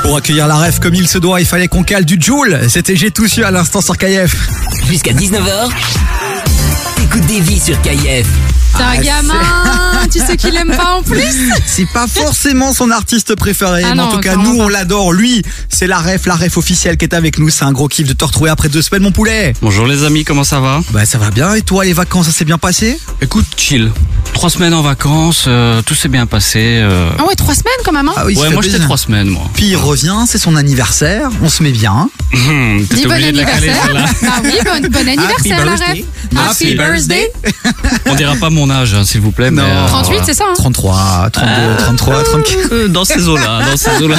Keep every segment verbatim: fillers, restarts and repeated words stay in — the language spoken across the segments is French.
Pour accueillir la ref comme il se doit, il fallait qu'on cale du Joule. C'était J'ai tout su à l'instant sur K F. Jusqu'à dix-neuf heures, t'écoutes Davy sur K F. C'est un gamin, tu sais qu'il aime pas en plus. C'est pas forcément son artiste préféré, Ah mais non, en tout cas clairement nous on pas. l'adore. Lui, c'est la ref, la ref officielle qui est avec nous. C'est un gros kiff de te retrouver après deux semaines, mon poulet. Bonjour les amis, comment ça va? Bah ça va bien. Et toi, les vacances, ça s'est bien passé? Écoute, chill. Trois semaines en vacances, euh, tout s'est bien passé. euh. Ah ouais, trois semaines quand même. Hein. Ah oui, ça Ouais, fait moi j'étais plaisir. trois semaines, moi. Puis il revient, c'est son anniversaire. On se met bien. Hum, Dis T'étais bon obligé de la caler anniversaire. celle-là. Ah oui, bon, bon anniversaire la ref. Happy birthday. On dira pas mon âge, hein, s'il vous plaît. Mais, Non. euh, trente-huit, c'est ça hein. trente-trois, trente-deux, trente-trois, trente-quatre. euh, Dans ces eaux-là, dans ces eaux-là.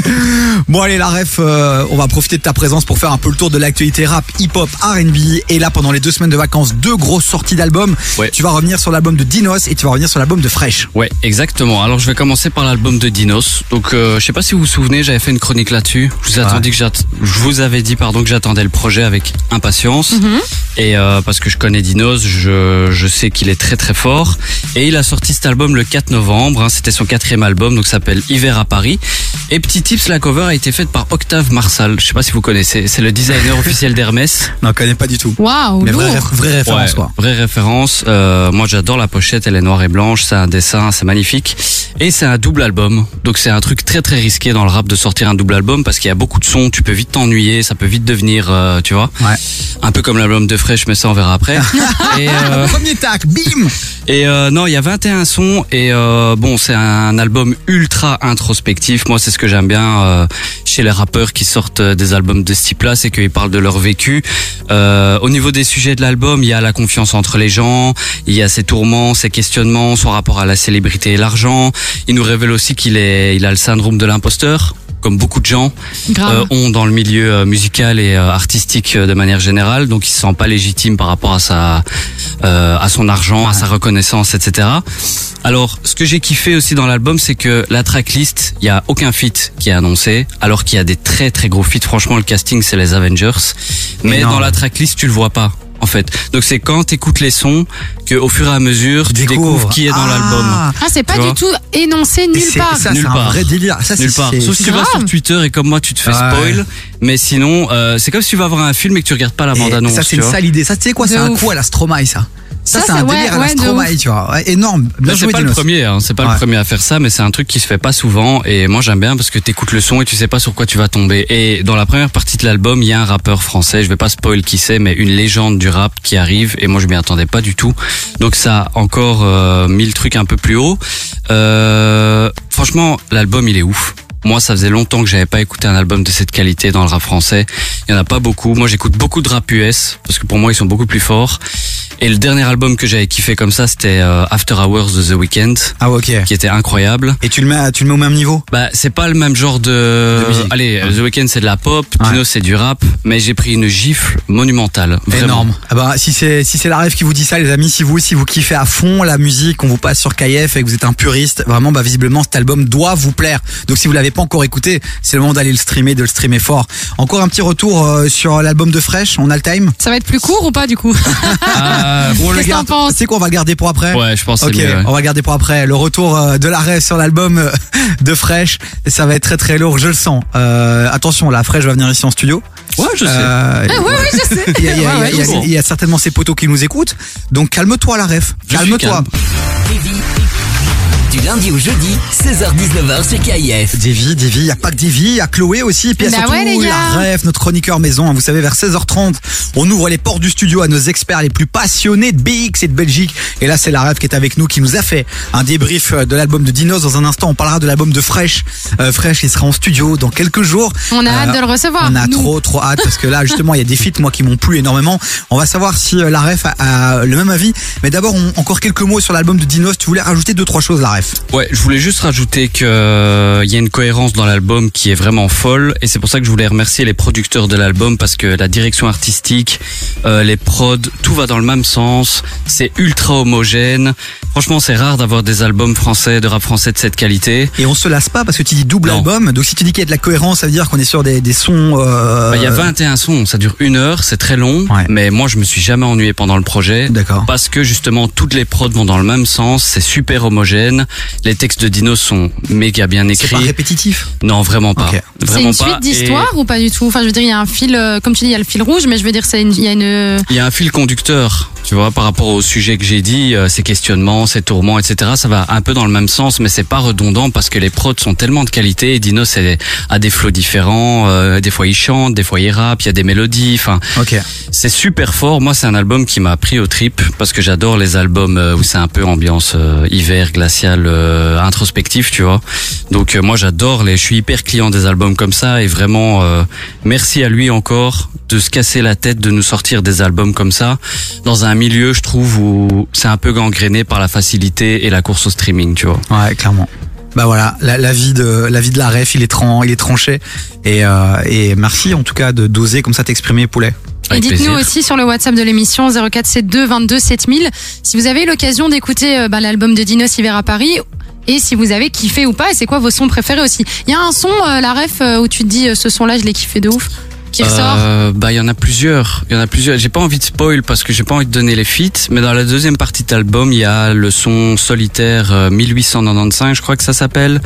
Bon allez la ref, euh, on va profiter de ta présence pour faire un peu le tour de l'actualité rap, hip-hop, R and B. Et là pendant les deux semaines de vacances, deux grosses sorties d'albums. Ouais. Tu vas revenir sur l'album de Dinos et tu vas revenir sur l'album de Fresh. Ouais, exactement. Alors je vais commencer par l'album de Dinos. Donc euh, je sais pas si vous vous souvenez, j'avais fait une chronique là-dessus. Je vous, attendu que j'att- je vous avais dit pardon que j'attendais le projet avec impatience. Et euh, parce que je connais Dinos, je, je sais qu'il est très très fort. Et il a sorti cet album le quatre novembre. Hein, c'était son quatrième album, donc ça s'appelle Hiver à Paris. Et petit tips, la cover a été faite par Octave Marsal. Je sais pas si vous connaissez. C'est le designer officiel d'Hermès. Non, je connais pas du tout. Waouh, Mais lourd. vraie, réf- vraie référence Ouais, quoi. vraie référence. Euh, moi, j'adore la pochette. Elle est noire et blanche. C'est un dessin, c'est magnifique. Et c'est un double album. Donc c'est un truc très très risqué dans le rap de sortir un double album parce qu'il y a beaucoup de sons. Tu peux vite t'ennuyer. Ça peut vite devenir, euh, tu vois, Ouais. un peu comme l'album de Fresh, mais ça on verra après. et euh, Premier tac, bim. et euh, non, il y a vingt et un sons et euh, bon, c'est un album ultra introspectif. Moi, c'est ce que j'aime bien euh, chez les rappeurs qui sortent des albums de ce type-là, c'est qu'ils parlent de leur vécu. Euh, au niveau des sujets de l'album, il y a la confiance entre les gens, il y a ses tourments, ses questionnements, son rapport à la célébrité et l'argent. Il nous révèle aussi qu'il est, il a le syndrome de l'imposteur, comme beaucoup de gens Grave. euh, ont dans le milieu euh, musical et euh, artistique euh, de manière générale. Donc il se sent pas légitime par rapport à sa, euh, à son argent, à sa reconnaissance, et cetera. Alors, ce que j'ai kiffé aussi dans l'album, c'est que la tracklist, il y a aucun feat qui est annoncé, alors qu'il y a des très très gros feats. Franchement, le casting, c'est les Avengers. Mais Énorme. dans la tracklist, tu le vois pas, en fait. Donc c'est quand t'écoutes les sons que, au fur et à mesure, tu découvres qui est dans Ah. l'album. Ah, c'est pas Tu du vois. tout énoncé Et nulle c'est- part. Ça, Nulle c'est un part. vrai délire. Ça, Nulle c'est- part. c'est- Sauf si tu c'est vas grave. sur Twitter et comme moi, tu te fais Ouais. spoil. Mais sinon, euh, c'est comme si tu vas voir un film et que tu regardes pas la Et bande-annonce. ça, c'est tu une vois. sale idée. Ça, tu sais quoi, c'est De un ouf. coup à la Stromae, ça. Ça, Ça, c'est un c'est- ouais, délire à la ouais, de Stromae, ouf. tu vois. Ouais, énorme. Bien Là, joué, c'est pas le Dinos. premier, hein, c'est pas Ouais. le premier à faire ça, mais c'est un truc qui se fait pas souvent. Et moi, j'aime bien parce que t'écoutes le son et tu sais pas sur quoi tu vas tomber. Et dans la première partie de l'album, il y a un rappeur français. Je vais pas spoil qui c'est, mais une légende du rap qui arrive. Et moi, je m'y attendais pas du tout. Donc ça a encore euh, mis le truc un peu plus haut. Euh, franchement, l'album, il est ouf. Moi, ça faisait longtemps que j'avais pas écouté un album de cette qualité dans le rap français. Il y en a pas beaucoup. Moi, j'écoute beaucoup de rap U S parce que pour moi, ils sont beaucoup plus forts. Et le dernier album que j'avais kiffé comme ça, c'était euh, After Hours de The Weeknd, Ah, ok. qui était incroyable. Et tu le mets, tu le mets au même niveau? Bah, c'est pas le même genre de. De musique. Allez, The Weeknd c'est de la pop, Ouais. Dino c'est du rap, mais j'ai pris une gifle monumentale. Vraiment. Énorme. Ah bah, si c'est, si c'est la rêve qui vous dit ça, les amis, si vous aussi vous kiffez à fond la musique, on vous passe sur K F et que vous êtes un puriste, vraiment, bah, visiblement, cet album doit vous plaire. Donc, si vous l'avez pas encore écouté, c'est le moment d'aller le streamer, de le streamer fort. Encore un petit retour euh, sur l'album de Fresh. On a le time? Ça va être plus court ou pas du coup? Ah, Ou on le Qu'est-ce que t'en garde? penses? Tu sais quoi, on va le garder pour après? ouais, je pense que Ok, c'est mieux. ouais. on va garder pour après le retour euh, de la rêve sur l'album euh, de Fresh. Et ça va être très très lourd, je le sens. Euh, attention, la Fresh va venir ici en studio. Ouais, je sais. Euh, Ah, ouais, ouais, je sais. Il y, a, il y a- Ouais, ouais, il y a- bon. il y a certainement ces potos qui nous écoutent. Donc calme-toi la ref. Je suis Calme-toi. calme. Davy, du lundi au jeudi, seize heures dix-neuf heures sur K F. Davy, Davy, il n'y a pas que Davy, il y a Chloé aussi, et puis il y a Bah surtout ouais, les la gars. ref, notre chroniqueur maison. Vous savez, vers seize heures trente, on ouvre les portes du studio à nos experts les plus passionnés de B X et de Belgique. Et là, c'est la ref qui est avec nous, qui nous a fait un débrief de l'album de Dinos. Dans un instant, on parlera de l'album de Fresh. Euh, Fresh, il sera en studio dans quelques jours. On a Euh, hâte de le recevoir. On a nous. trop trop hâte parce que là justement il y a des feats moi qui m'ont plu énormément. On va savoir si euh, la ref a, a le même avis. Mais d'abord on- encore quelques mots sur l'album de Dinos. Tu voulais rajouter deux trois choses la ref? Ouais, je voulais juste rajouter que euh, il y a une cohérence dans l'album qui est vraiment folle et c'est pour ça que je voulais remercier les producteurs de l'album parce que la direction artistique, euh, les prods, tout va dans le même sens, c'est ultra homogène. Franchement, c'est rare d'avoir des albums français, de rap français de cette qualité. Et on se lasse pas parce que tu dis double Non. album. Donc si tu dis qu'il y a de la cohérence, ça veut dire qu'on est sur des, des sons. Euh... Bah, il y a vingt et un sons, ça dure une heure, c'est très long, Ouais. mais moi je me suis jamais ennuyé pendant le projet. D'accord. Parce que justement toutes les prods vont dans le même sens, c'est super homogène. Les textes de Dinos sont méga bien écrits. C'est pas répétitif? Non, vraiment pas. Okay. Vraiment c'est une pas. suite d'histoire Et... ou pas du tout? Enfin, je veux dire, il y a un fil, euh, comme tu dis, il y a le fil rouge, mais je veux dire, c'est une, il y a une. Il y a un fil conducteur, tu vois, par rapport au sujet que j'ai dit, euh, ces questionnements, ces tourments, et cetera. Ça va un peu dans le même sens, mais c'est pas redondant parce que les prods sont tellement de qualité. Et Dinos a des flows différents. Euh, des fois il chante, des fois il rappe, il y a des mélodies. Enfin, okay. C'est super fort. Moi, c'est un album qui m'a pris au trip parce que j'adore les albums où c'est un peu ambiance euh, hiver, glacial, euh, introspectif, tu vois. Donc euh, moi, j'adore les. Je suis hyper client des albums comme ça et vraiment euh, merci à lui encore de se casser la tête de nous sortir des albums comme ça dans un milieu, je trouve, où c'est un peu gangréné par la facilité et la course au streaming, tu vois. Ouais, clairement. Bah voilà, la, la vie de la vie de la ref, il est tran, il est tranché et euh, et merci en tout cas de d'oser comme ça t'exprimer, Poulet. Et dites-nous aussi sur le WhatsApp de l'émission zéro quatre sept-deux vingt-deux sept mille si vous avez eu l'occasion d'écouter euh, bah, l'album de Dinos Hiver à Paris et si vous avez kiffé ou pas et c'est quoi vos sons préférés aussi. Il y a un son, euh, la ref, euh, où tu te dis euh, ce son-là je l'ai kiffé de ouf. Qui ressort euh, bah il y en a plusieurs, il y en a plusieurs. J'ai pas envie de spoil parce que j'ai pas envie de donner les feats, mais dans la deuxième partie de l'album, il y a le son solitaire euh, mille huit cent quatre-vingt-quinze, je crois que ça s'appelle.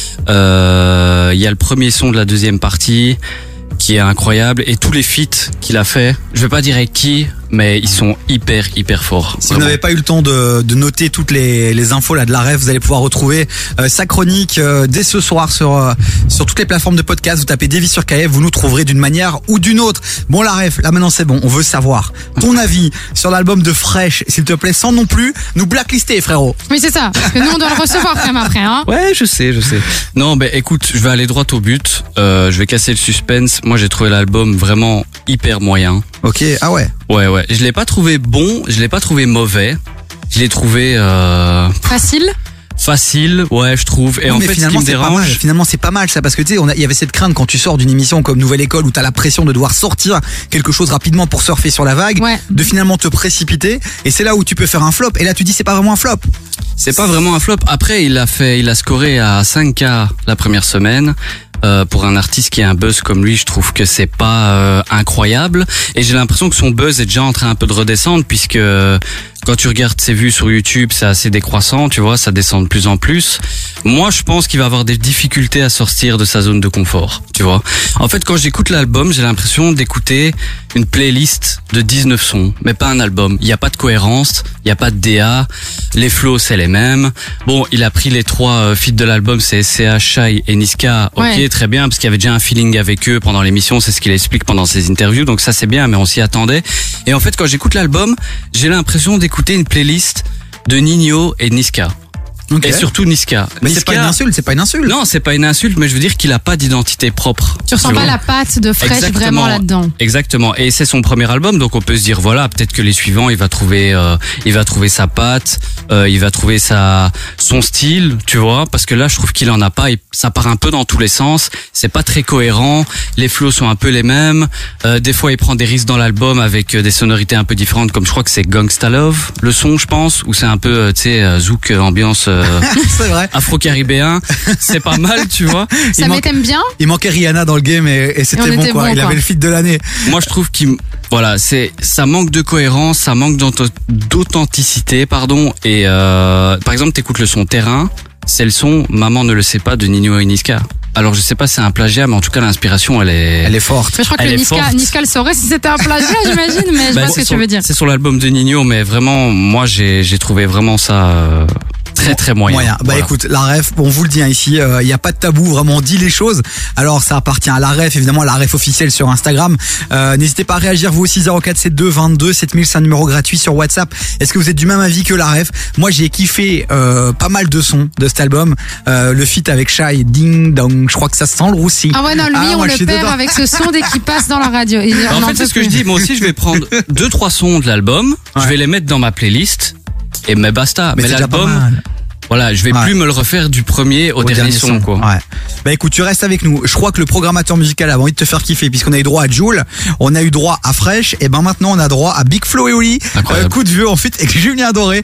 Euh, il y a le premier son de la deuxième partie qui est incroyable et tous les feats qu'il a fait, je vais pas dire avec qui, mais ils sont hyper hyper forts. Si vraiment. Vous n'avez pas eu le temps de, de noter toutes les, les infos là de la ref, vous allez pouvoir retrouver euh, sa chronique euh, dès ce soir sur euh, sur toutes les plateformes de podcast. Vous tapez Davy sur K F, vous nous trouverez d'une manière ou d'une autre. Bon la ref, là maintenant c'est bon, on veut savoir ton avis sur l'album de Fresh, s'il te plaît, sans non plus nous blacklister, frérot. Oui c'est ça, parce que nous on doit le recevoir quand même après. Hein. Ouais, je sais, je sais. Non, ben écoute, je vais aller droit au but. Euh, je vais casser le suspense. Moi j'ai trouvé l'album vraiment hyper moyen. Ok, ah ouais. Ouais, ouais. Je l'ai pas trouvé bon, je l'ai pas trouvé mauvais. Je l'ai trouvé euh... facile. Facile, ouais, je trouve. Et oui, en mais fait, finalement, ce qui me c'est dérange, pas mal. Finalement, c'est pas mal ça, parce que tu sais, on a, il y avait cette crainte quand tu sors d'une émission comme Nouvelle École où t'as la pression de devoir sortir quelque chose rapidement pour surfer sur la vague, ouais. de finalement te précipiter. Et c'est là où tu peux faire un flop. Et là, tu dis c'est pas vraiment un flop. C'est pas vraiment un flop. Après, il a fait, il a scoré à cinq K la première semaine. Euh, pour un artiste qui a un buzz comme lui, je trouve que c'est pas euh, incroyable. Et j'ai l'impression que son buzz est déjà en train un peu de redescendre puisque euh, quand tu regardes ses vues sur YouTube, c'est assez décroissant, tu vois, ça descend de plus en plus. Moi, je pense qu'il va avoir des difficultés à sortir de sa zone de confort, tu vois. En fait, quand j'écoute l'album, j'ai l'impression d'écouter une playlist de dix-neuf sons, mais pas un album. Il n'y a pas de cohérence, il n'y a pas de D A, les flows, c'est les mêmes. Bon, il a pris les trois euh, feats de l'album, c'est S C H, Shai et Niska. Ok, ouais. Très bien, parce qu'il y avait déjà un feeling avec eux pendant l'émission, c'est ce qu'il explique pendant ses interviews, donc ça c'est bien, mais on s'y attendait. Et en fait, quand j'écoute l'album, j'ai l'impression d'écouter une playlist de Nino et Niska. Okay. Et surtout Niska. Mais Niska, c'est pas une insulte, c'est pas une insulte. Non, c'est pas une insulte, mais je veux dire qu'il a pas d'identité propre. Tu ressens tu pas vois. la patte de Fresh Exactement, vraiment là-dedans. Exactement. Et c'est son premier album, donc on peut se dire voilà, peut-être que les suivants, il va trouver, euh, il va trouver sa patte, euh, il va trouver sa, son style, tu vois. Parce que là, je trouve qu'il en a pas. Et ça part un peu dans tous les sens. C'est pas très cohérent. Les flows sont un peu les mêmes. Euh, des fois, il prend des risques dans l'album avec des sonorités un peu différentes, comme je crois que c'est Gangsta Love, le son, je pense, où c'est un peu, tu sais, zouk, ambiance. Euh, c'est vrai. Afro-caribéen, c'est pas mal, tu vois. Ça m'aime bien. Il manquait Rihanna dans le game et, et c'était bon, quoi. Bon, il quoi. avait le feat de l'année. Moi, je trouve qu'il, voilà, c'est, ça manque de cohérence, ça manque d'authenticité, pardon. Et euh, par exemple, t'écoutes le son Terrain, c'est le son Maman ne le sait pas de Nino et Niska. Alors je sais pas si c'est un plagiat, mais en tout cas l'inspiration elle est elle est forte. Mais je crois que elle le Niska, Niska le saurait si c'était un plagiat, j'imagine, mais je bah, vois ce que sur, tu veux dire. C'est sur l'album de Nino, mais vraiment moi j'ai j'ai trouvé vraiment ça euh, très très moyen. moyen. Bah voilà. écoute, la ref, on vous le dit hein, ici, il euh, y a pas de tabou, vraiment on dit les choses. Alors ça appartient à la ref, évidemment la ref officielle sur Instagram. Euh, n'hésitez pas à réagir vous aussi zéro quatre sept deux vingt-deux sept mille, c'est un numéro gratuit sur WhatsApp. Est-ce que vous êtes du même avis que la ref? Moi j'ai kiffé euh, pas mal de sons de cet album. Euh, le feat avec Shai, Ding Dong, je crois que ça sent le roussi. Ah ouais non, lui ah, on moi, le perd avec ce son dès qu'il passe dans la radio. Et en fait c'est ce que je dis, moi aussi je vais prendre deux trois sons de l'album, ouais. Je vais les mettre dans ma playlist et mais basta. Mais, mais l'album voilà, je vais ouais. plus me le refaire du premier au, au dernier, dernier son, son, quoi. Ouais. Bah écoute, tu restes avec nous. Je crois que le programmateur musical a envie de te faire kiffer puisqu'on a eu droit à Jul, on a eu droit à Fresh, et ben maintenant on a droit à Big Flo et Oli. Euh, coup de vieux en fait avec Julien Doré.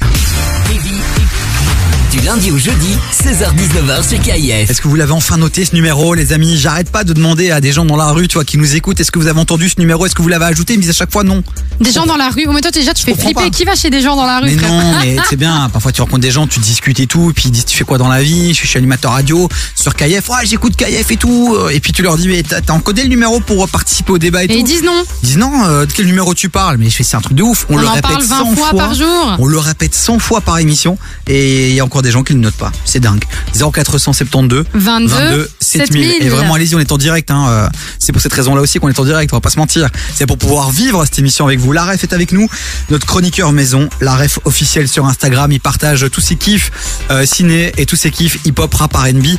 Du lundi au jeudi, seize heures dix-neuf heures sur K I F. Est-ce que vous l'avez enfin noté ce numéro, les amis? J'arrête pas de demander à des gens dans la rue, tu vois, qui nous écoutent, est-ce que vous avez entendu ce numéro? Est-ce que vous l'avez ajouté? Ils me disent à chaque fois non. Des gens dans la rue. Oh, mais toi, déjà, tu fais comprends flipper. pas. Qui va chez des gens dans la rue, Mais frère? non, mais c'est bien. Parfois, tu rencontres des gens, tu discutes et tout, et puis ils disent, tu fais quoi dans la vie? Je suis animateur radio sur K F. Ouais, j'écoute K F et tout. Et puis tu leur dis, mais t'as t'as encodé le numéro pour participer au débat et, Et tout. ils disent non. Ils disent non, euh, de quel numéro tu parles? Mais je fais, c'est un truc de ouf. On, On le en répète parle vingt cent fois par jour. On le répète cent fois par émission. Et il y a encore des gens qui ne notent pas. C'est dingue. zéro quatre cent soixante-douze vingt-deux, sept mille. Et vraiment, allez-y, on est en direct. Hein. Euh, C'est pour cette raison-là aussi qu'on est en direct. On va pas se mentir. C'est pour pouvoir vivre cette émission avec vous. La Ref est avec nous, notre chroniqueur maison. La Ref officielle sur Instagram. Il partage tous ses kiffs euh, ciné et tous ses kiffs hip-hop, rap, R and B.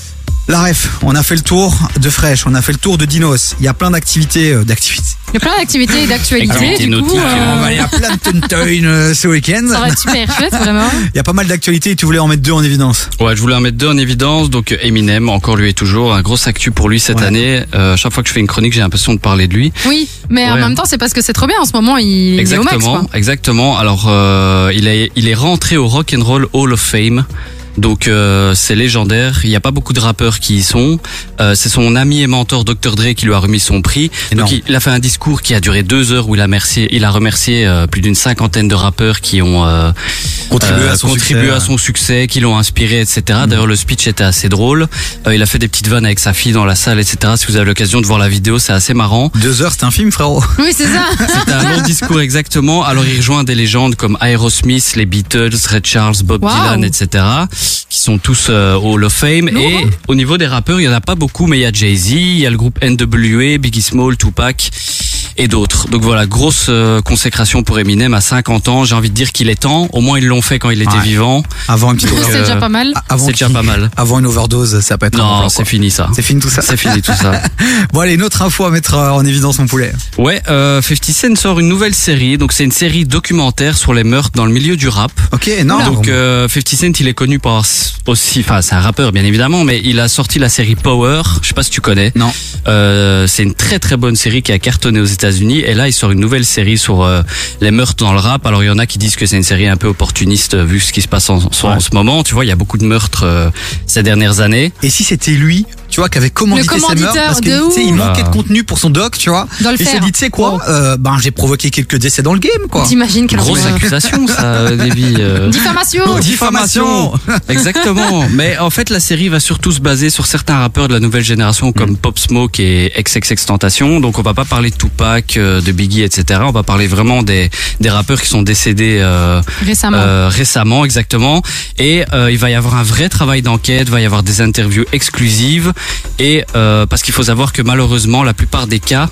La Ref, on a fait le tour de Fresh, on a fait le tour de Dinos. Il y a plein d'activités, euh, d'activités. Il y a plein d'activités et d'actualités, Activités du coup. nautiques, euh, On va aller à plein de Tontoin euh, ce week-end. Ça va être super chouette, vraiment. Il y a pas mal d'actualités et tu voulais en mettre deux en évidence. Ouais, je voulais en mettre deux en évidence. Donc Eminem, encore lui et toujours, un gros actu pour lui cette Ouais. année. Euh, chaque fois que je fais une chronique, j'ai l'impression de parler de lui. Oui, mais en Ouais. même temps, c'est parce que c'est trop bien en ce moment. Il est au max, Exactement, quoi. exactement. Alors, euh, il est, il est rentré au Rock and Roll Hall of Fame. Donc euh, c'est légendaire. Il n'y a pas beaucoup de rappeurs qui y sont. Euh, c'est son ami et mentor docteur Dre qui lui a remis son prix. Énorme. Donc il, il a fait un discours qui a duré deux heures où il a remercié, il a remercié euh, plus d'une cinquantaine de rappeurs qui ont euh, Contribué euh, à son contribué succès. à son succès, qui l'ont inspiré, et cetera. Mhm. D'ailleurs le speech était assez drôle. Euh, il a fait des petites vannes avec sa fille dans la salle, et cetera. Si vous avez l'occasion de voir la vidéo, c'est assez marrant. Deux heures, c'est un film, frérot. Oui, c'est ça. C'était un long discours exactement. Alors il rejoint des légendes comme Aerosmith, les Beatles, Ray Charles, Bob Wow. Dylan, et cetera. Qui sont tous euh, au Hall of Fame. Lourd, Et hein. au niveau des rappeurs, il y en a pas beaucoup, mais il y a Jay-Z, il y a le groupe N W A, Biggie Small, Tupac et d'autres. Donc voilà, grosse euh, consécration pour Eminem à cinquante ans. J'ai envie de dire qu'il est temps. Au moins ils l'ont fait quand il était Ouais. vivant. Avant une petite C'est euh, déjà pas mal. avant c'est déjà qu'il- pas mal. Avant une overdose, ça peut être un bon Non, plan, c'est quoi. fini ça. C'est fini tout ça. C'est fini tout ça. Bon allez, une autre info à mettre euh, en évidence, mon poulet. Ouais, euh, fifty Cent sort une nouvelle série. Donc c'est une série documentaire sur les meurtres dans le milieu du rap. Ok, non. Donc euh, fifty Cent, il est connu par aussi, enfin c'est un rappeur bien évidemment, mais il a sorti la série Power. Je sais pas si tu connais. Non. Euh, c'est une très très bonne série qui a cartonné aux États-Unis. Et là, il sort une nouvelle série sur euh, les meurtres dans le rap. Alors il y en a qui disent que c'est une série un peu opportuniste euh, vu ce qui se passe en, en, Ouais. en ce moment. Tu vois, il y a beaucoup de meurtres euh, ces dernières années. Et si c'était lui, tu vois, qui avait commandité Le ces meurtres, commanditeur parce que de tu sais, il ouf. manquait de Ah. contenu pour son doc, tu vois. Doit le Il s'est faire. dit, tu sais quoi, Wow. euh, ben j'ai provoqué quelques décès dans le game, quoi. T'imagines quelle Grosse horreur. accusation, ça, Davy. euh. Diffamation. Oh, diffamation. Exactement. Mais en fait, la série va surtout se baser sur certains rappeurs de la nouvelle génération comme Pop Smoke et XXXTentacion. Donc, on va pas parler de Tupac, euh, de Biggie, et cetera. On va parler vraiment des des rappeurs qui sont décédés euh, Récemment. euh, récemment, exactement. Et euh, il va y avoir un vrai travail d'enquête, il va y avoir des interviews exclusives. Et euh, parce qu'il faut savoir que malheureusement, la plupart des cas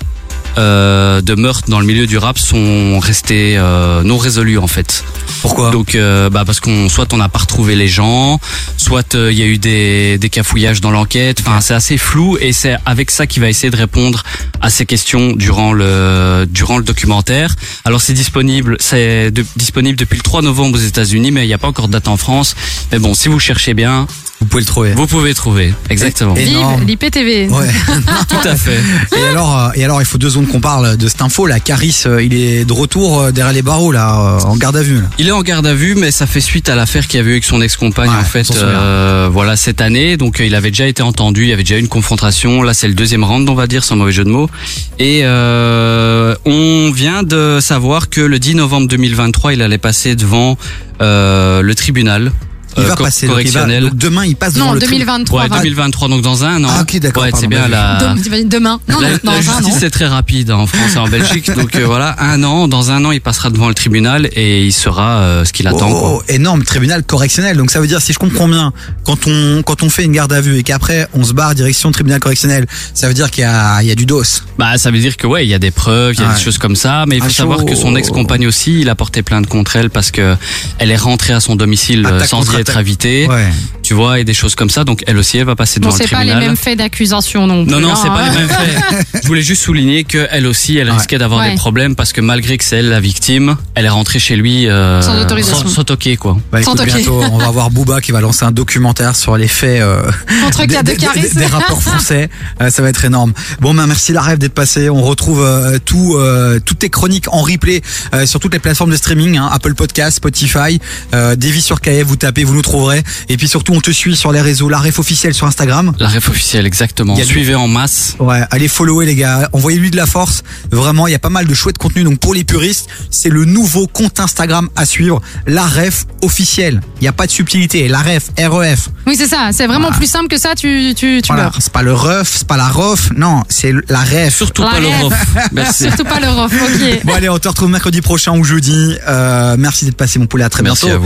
euh, de meurtres dans le milieu du rap sont restés euh, non résolus en fait. Pourquoi? Donc, euh, bah parce qu'on soit on n'a pas retrouvé les gens, soit euh, il y a eu des, des cafouillages dans l'enquête. Enfin, c'est assez flou et c'est avec ça qu'il va essayer de répondre à ces questions durant le durant le documentaire. Alors, c'est disponible, c'est de- disponible depuis le trois novembre aux États-Unis, mais il n'y a pas encore de date en France. Mais bon, si vous cherchez bien, Vous pouvez le trouver. vous pouvez trouver. Exactement. Et- énorme. Vive l'I P T V. Ouais. Tout à fait. Et alors, euh, et alors, il faut deux secondes qu'on parle de cette info. Là, Caris, euh, il est de retour euh, derrière les barreaux, là, euh, en garde à vue. Là. Il est en garde à vue, mais ça fait suite à l'affaire qu'il y avait eu avec son ex-compagne Ouais, en fait, on s'en souvient. euh, voilà cette année. Donc euh, il avait déjà été entendu, il y avait déjà eu une confrontation. Là, c'est le deuxième round, on va dire, sans mauvais jeu de mots. Et euh, on vient de savoir que le dix novembre deux mille vingt-trois, il allait passer devant euh, le tribunal. Il euh, va cor- passer. Donc, il va- correctionnel. donc demain, il passe devant Non, le tribunal. deux mille vingt-trois. Ouais, va. deux mille vingt-trois, donc dans un an. Ah, ok, d'accord, Ouais, pardon, c'est bien bah, la. Demain, t'imagines demain. Non, La, non, dans la un justice an. c'est très rapide hein, en France et en Belgique, donc euh, voilà, un an, dans un an il passera devant le tribunal et il saura euh, ce qu'il attend. quoi. Oh, énorme tribunal correctionnel. Donc ça veut dire, si je comprends bien, quand on quand on fait une garde à vue et qu'après on se barre direction tribunal correctionnel, ça veut dire qu'il y a il y a du dos. Bah ça veut dire que ouais, il y a des preuves, il y a Ouais. des choses comme ça, mais il faut Ah, savoir chaud. que son ex-compagne aussi, il a porté plainte contre elle parce que elle est rentrée à son domicile euh, Attaque sans contre y être attaque. invitée, Ouais. tu vois, et des choses comme ça, donc elle aussi elle va passer Bon, devant le c'est pas les tribunal. mêmes faits d'accusation non plus. Non, non, c'est hein. pas les mêmes faits. Je voulais juste souligner qu'elle aussi, elle Ouais. risquait d'avoir Ouais. des problèmes parce que malgré que c'est elle la victime, elle est rentrée chez lui euh, Sans autorisation. sans, sans toquer, quoi. Bah, Sans écoute, toquer. bientôt, on va voir Booba qui va lancer un documentaire sur les faits euh, Contre des, cas de des- Caris. des- des rappeurs français. Euh, ça va être énorme. Bon, ben merci la rêve d'être passé. On retrouve euh, tout, euh, toutes tes chroniques en replay euh, sur toutes les plateformes de streaming, hein, Apple Podcast, Spotify, euh, Davy sur K F. Vous tapez, vous nous trouverez. Et puis surtout, on on te suit sur les réseaux, la ref officielle sur Instagram. La ref officielle, exactement. Il y a du- Suivez en masse. Ouais, allez follower les gars, envoyez-lui de la force. Vraiment, il y a pas mal de chouettes contenus. Donc pour les puristes, c'est le nouveau compte Instagram à suivre, la ref officielle. Il y a pas de subtilité, la ref, R E F. Oui, c'est ça. C'est vraiment plus simple que ça. Tu, tu, tu Voilà, meurs. c'est pas le ref, c'est pas la ref, non, c'est la ref. Surtout La pas le ref. rof. Merci. Surtout pas le rof. Ok. Bon allez, on te retrouve mercredi prochain ou jeudi. Euh, merci d'être passé mon poulet, à très Merci bientôt. à vous.